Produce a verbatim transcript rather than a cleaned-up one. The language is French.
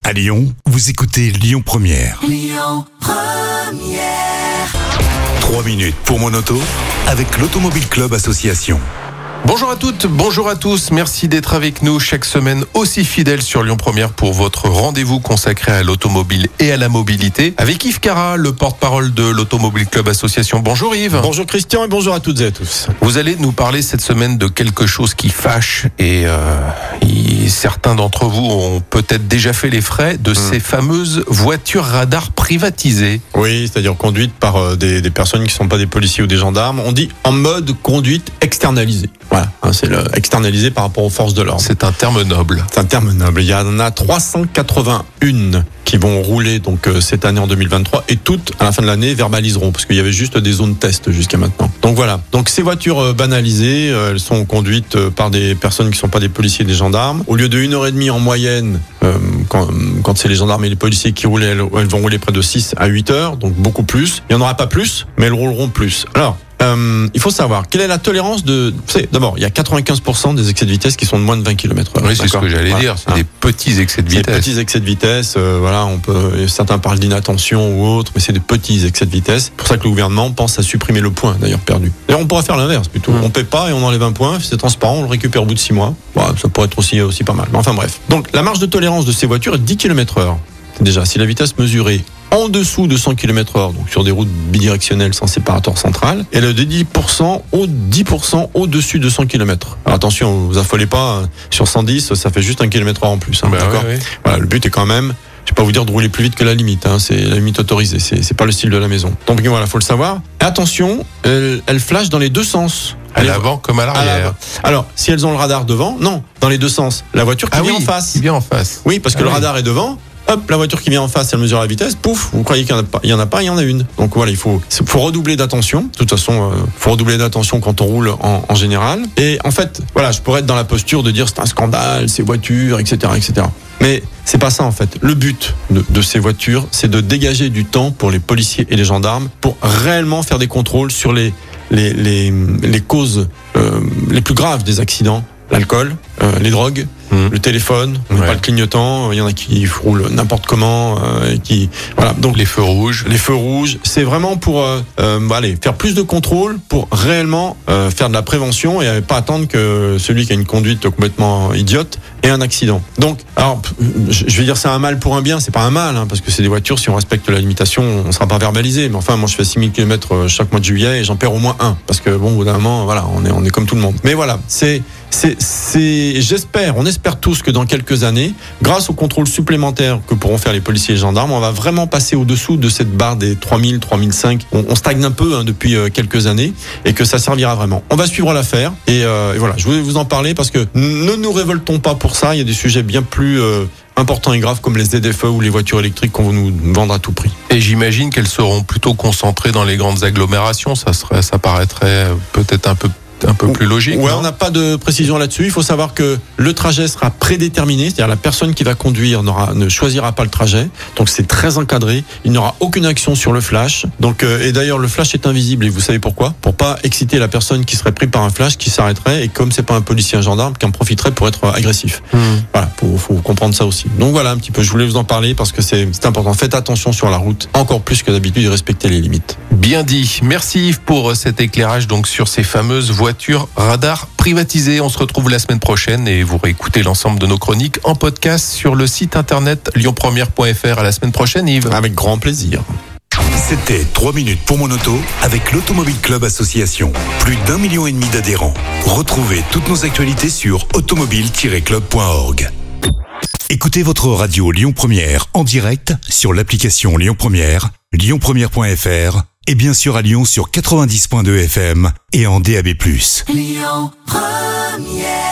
À Lyon, vous écoutez Lyon Première. Lyon Première. Trois minutes pour mon auto avec l'Automobile Club Association. Bonjour à toutes, bonjour à tous. Merci d'être avec nous chaque semaine aussi fidèles sur Lyon Première pour votre rendez-vous consacré à l'automobile et à la mobilité. Avec Yves Cara, le porte-parole de l'Automobile Club Association. Bonjour Yves. Bonjour Christian et bonjour à toutes et à tous. Vous allez nous parler cette semaine de quelque chose qui fâche et euh, y, certains d'entre vous ont peut-être déjà fait les frais de mmh. ces fameuses voitures radars privatisées. Oui, c'est-à-dire conduites par euh, des, des personnes qui ne sont pas des policiers ou des gendarmes. On dit en mode conduite externalisée. Voilà, hein, c'est le externalisé par rapport aux forces de l'ordre. C'est un terme noble. C'est un terme noble. Il y en a trois cent quatre-vingt-un qui vont rouler donc euh, cette année en deux mille vingt-trois et toutes à la fin de l'année verbaliseront parce qu'il y avait juste des zones test jusqu'à maintenant. Donc voilà. Donc ces voitures euh, banalisées, euh, elles sont conduites euh, par des personnes qui ne sont pas des policiers et des gendarmes. Au lieu de une heure et demie en moyenne, euh, quand, quand c'est les gendarmes et les policiers qui roulent, elles, elles vont rouler près de six à huit heures, donc beaucoup plus. Il n'y en aura pas plus, mais elles rouleront plus. Alors. Euh, il faut savoir quelle est la tolérance de. C'est, d'abord, il y a quatre-vingt-quinze pour cent des excès de vitesse qui sont de moins de vingt kilomètres heure. Oui, c'est D'accord. ce que j'allais voilà. dire. C'est hein. des petits excès de vitesse. C'est des petits excès de vitesse. Euh, voilà, on peut. Certains parlent d'inattention ou autre, mais c'est des petits excès de vitesse. C'est pour ça que le gouvernement pense à supprimer le point d'ailleurs perdu. D'ailleurs, on pourrait faire l'inverse plutôt. Mmh. On paie pas et on enlève un point. C'est transparent. On le récupère au bout de six mois. Voilà, ça pourrait être aussi aussi pas mal. Mais enfin bref. Donc la marge de tolérance de ces voitures est de dix kilomètres heure. Déjà, si la vitesse mesurée en dessous de cent kilomètres heure, donc sur des routes bidirectionnelles sans séparateur central, elle est de dix pour cent au dix pour cent au-dessus de cent kilomètres. Alors attention, vous affolez pas, sur cent dix, ça fait juste un kilomètre heure en plus. Hein, bah d'accord ouais, ouais. Voilà, le but est quand même, je vais pas vous dire de rouler plus vite que la limite, hein, c'est la limite autorisée, c'est, c'est pas le style de la maison. Donc voilà, faut le savoir. Et attention, elle, elle flash dans les deux sens. À l'avant comme à l'arrière. À Alors, si elles ont le radar devant, non, dans les deux sens. La voiture qui ah vient oui, en face. Qui vient en face. Oui, parce que ah le oui. radar est devant. Hop, la voiture qui vient en face, elle mesure la vitesse, pouf, vous croyez qu'il n'y en a pas, il y en a pas, il y en a une. Donc voilà, il faut, faut redoubler d'attention. De toute façon, euh, faut redoubler d'attention quand on roule en, en général. Et en fait, voilà, je pourrais être dans la posture de dire c'est un scandale, ces voitures, et cetera, et cetera. Mais c'est pas ça en fait. Le but de, de ces voitures, c'est de dégager du temps pour les policiers et les gendarmes pour réellement faire des contrôles sur les les les, les causes euh, les plus graves des accidents. L'alcool, euh, les drogues, mmh. le téléphone, on ouais. met pas le clignotant, il y en a qui roulent n'importe comment, euh, qui voilà. Donc les feux rouges, les feux rouges, c'est vraiment pour euh, euh, allez, faire plus de contrôle pour réellement euh, faire de la prévention et pas attendre que celui qui a une conduite complètement idiote ait un accident. Donc, alors, je vais dire c'est un mal pour un bien, c'est pas un mal, hein, parce que c'est des voitures, si on respecte la limitation, on sera pas verbalisé. Mais enfin, moi je fais six mille kilomètres chaque mois de juillet et j'en perds au moins un, parce que bon, au bout d'un moment, voilà, on est on est comme tout le monde. Mais voilà, c'est C'est, c'est, j'espère, on espère tous que dans quelques années, grâce aux contrôles supplémentaires que pourront faire les policiers et les gendarmes, on va vraiment passer au-dessous de cette barre des trois mille, trois mille cinq. On, on stagne un peu hein, depuis euh, quelques années et que ça servira vraiment. On va suivre l'affaire et, euh, et voilà, je voulais vous en parler parce que ne nous révoltons pas pour ça. Il y a des sujets bien plus euh, importants et graves comme les Z F E ou les voitures électriques qu'on va nous vendre à tout prix. Et j'imagine qu'elles seront plutôt concentrées dans les grandes agglomérations. Ça serait, ça paraîtrait peut-être un peu un peu plus logique. Ouais, non on n'a pas de précision là-dessus. Il faut savoir que le trajet sera prédéterminé, c'est-à-dire la personne qui va conduire n'aura, ne choisira pas le trajet. Donc c'est très encadré. Il n'y aura aucune action sur le flash. Donc euh, et d'ailleurs le flash est invisible. Et vous savez pourquoi ? Pour pas exciter la personne qui serait prise par un flash, qui s'arrêterait et comme c'est pas un policier, un gendarme, qui en profiterait pour être agressif. Mmh. Voilà, faut, faut comprendre ça aussi. Donc voilà un petit peu. Je voulais vous en parler parce que c'est, c'est important. Faites attention sur la route, encore plus que d'habitude, et respectez les limites. Bien dit. Merci Yves pour cet éclairage donc sur ces fameuses voitures radar privatisées. On se retrouve la semaine prochaine et vous réécoutez l'ensemble de nos chroniques en podcast sur le site internet lyon première point f r. À la semaine prochaine Yves. Avec grand plaisir. C'était trois minutes pour mon auto avec l'Automobile Club Association. Plus d'un million et demi d'adhérents. Retrouvez toutes nos actualités sur automobile tiret club point org. Écoutez votre radio Lyon Première en direct sur l'application Lyon Première, lyon première point f r et bien sûr à Lyon sur quatre-vingt-dix point deux F M et en D A B plus. Lyon Première.